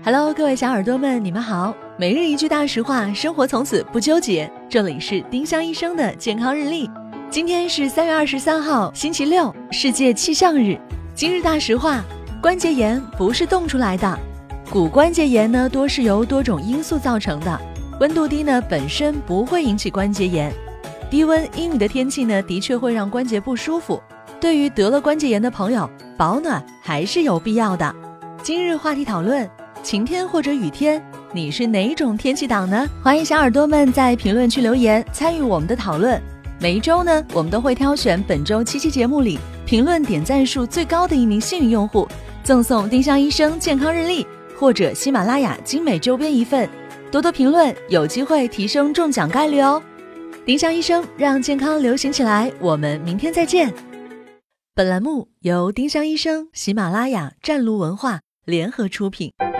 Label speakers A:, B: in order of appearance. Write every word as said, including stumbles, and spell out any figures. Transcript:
A: Hello， 各位小耳朵们，你们好。每日一句大实话，生活从此不纠结。这里是丁香医生的健康日历。今天是三月二十三号，星期六，世界气象日。今日大实话：关节炎不是冻出来的。骨关节炎呢，多是由多种因素造成的。温度低呢，本身不会引起关节炎。低温阴雨的天气呢，的确会让关节不舒服。对于得了关节炎的朋友，保暖还是有必要的。今日话题讨论：晴天或者雨天，你是哪种天气党呢？欢迎小耳朵们在评论区留言，参与我们的讨论。每一周呢，我们都会挑选本周七期节目里评论点赞数最高的一名幸运用户，赠送丁香医生健康日历或者喜马拉雅精美周边一份。多多评论，有机会提升中奖概率哦。丁香医生让健康流行起来，我们明天再见。本栏目由丁香医生、喜马拉雅、湛卢文化联合出品。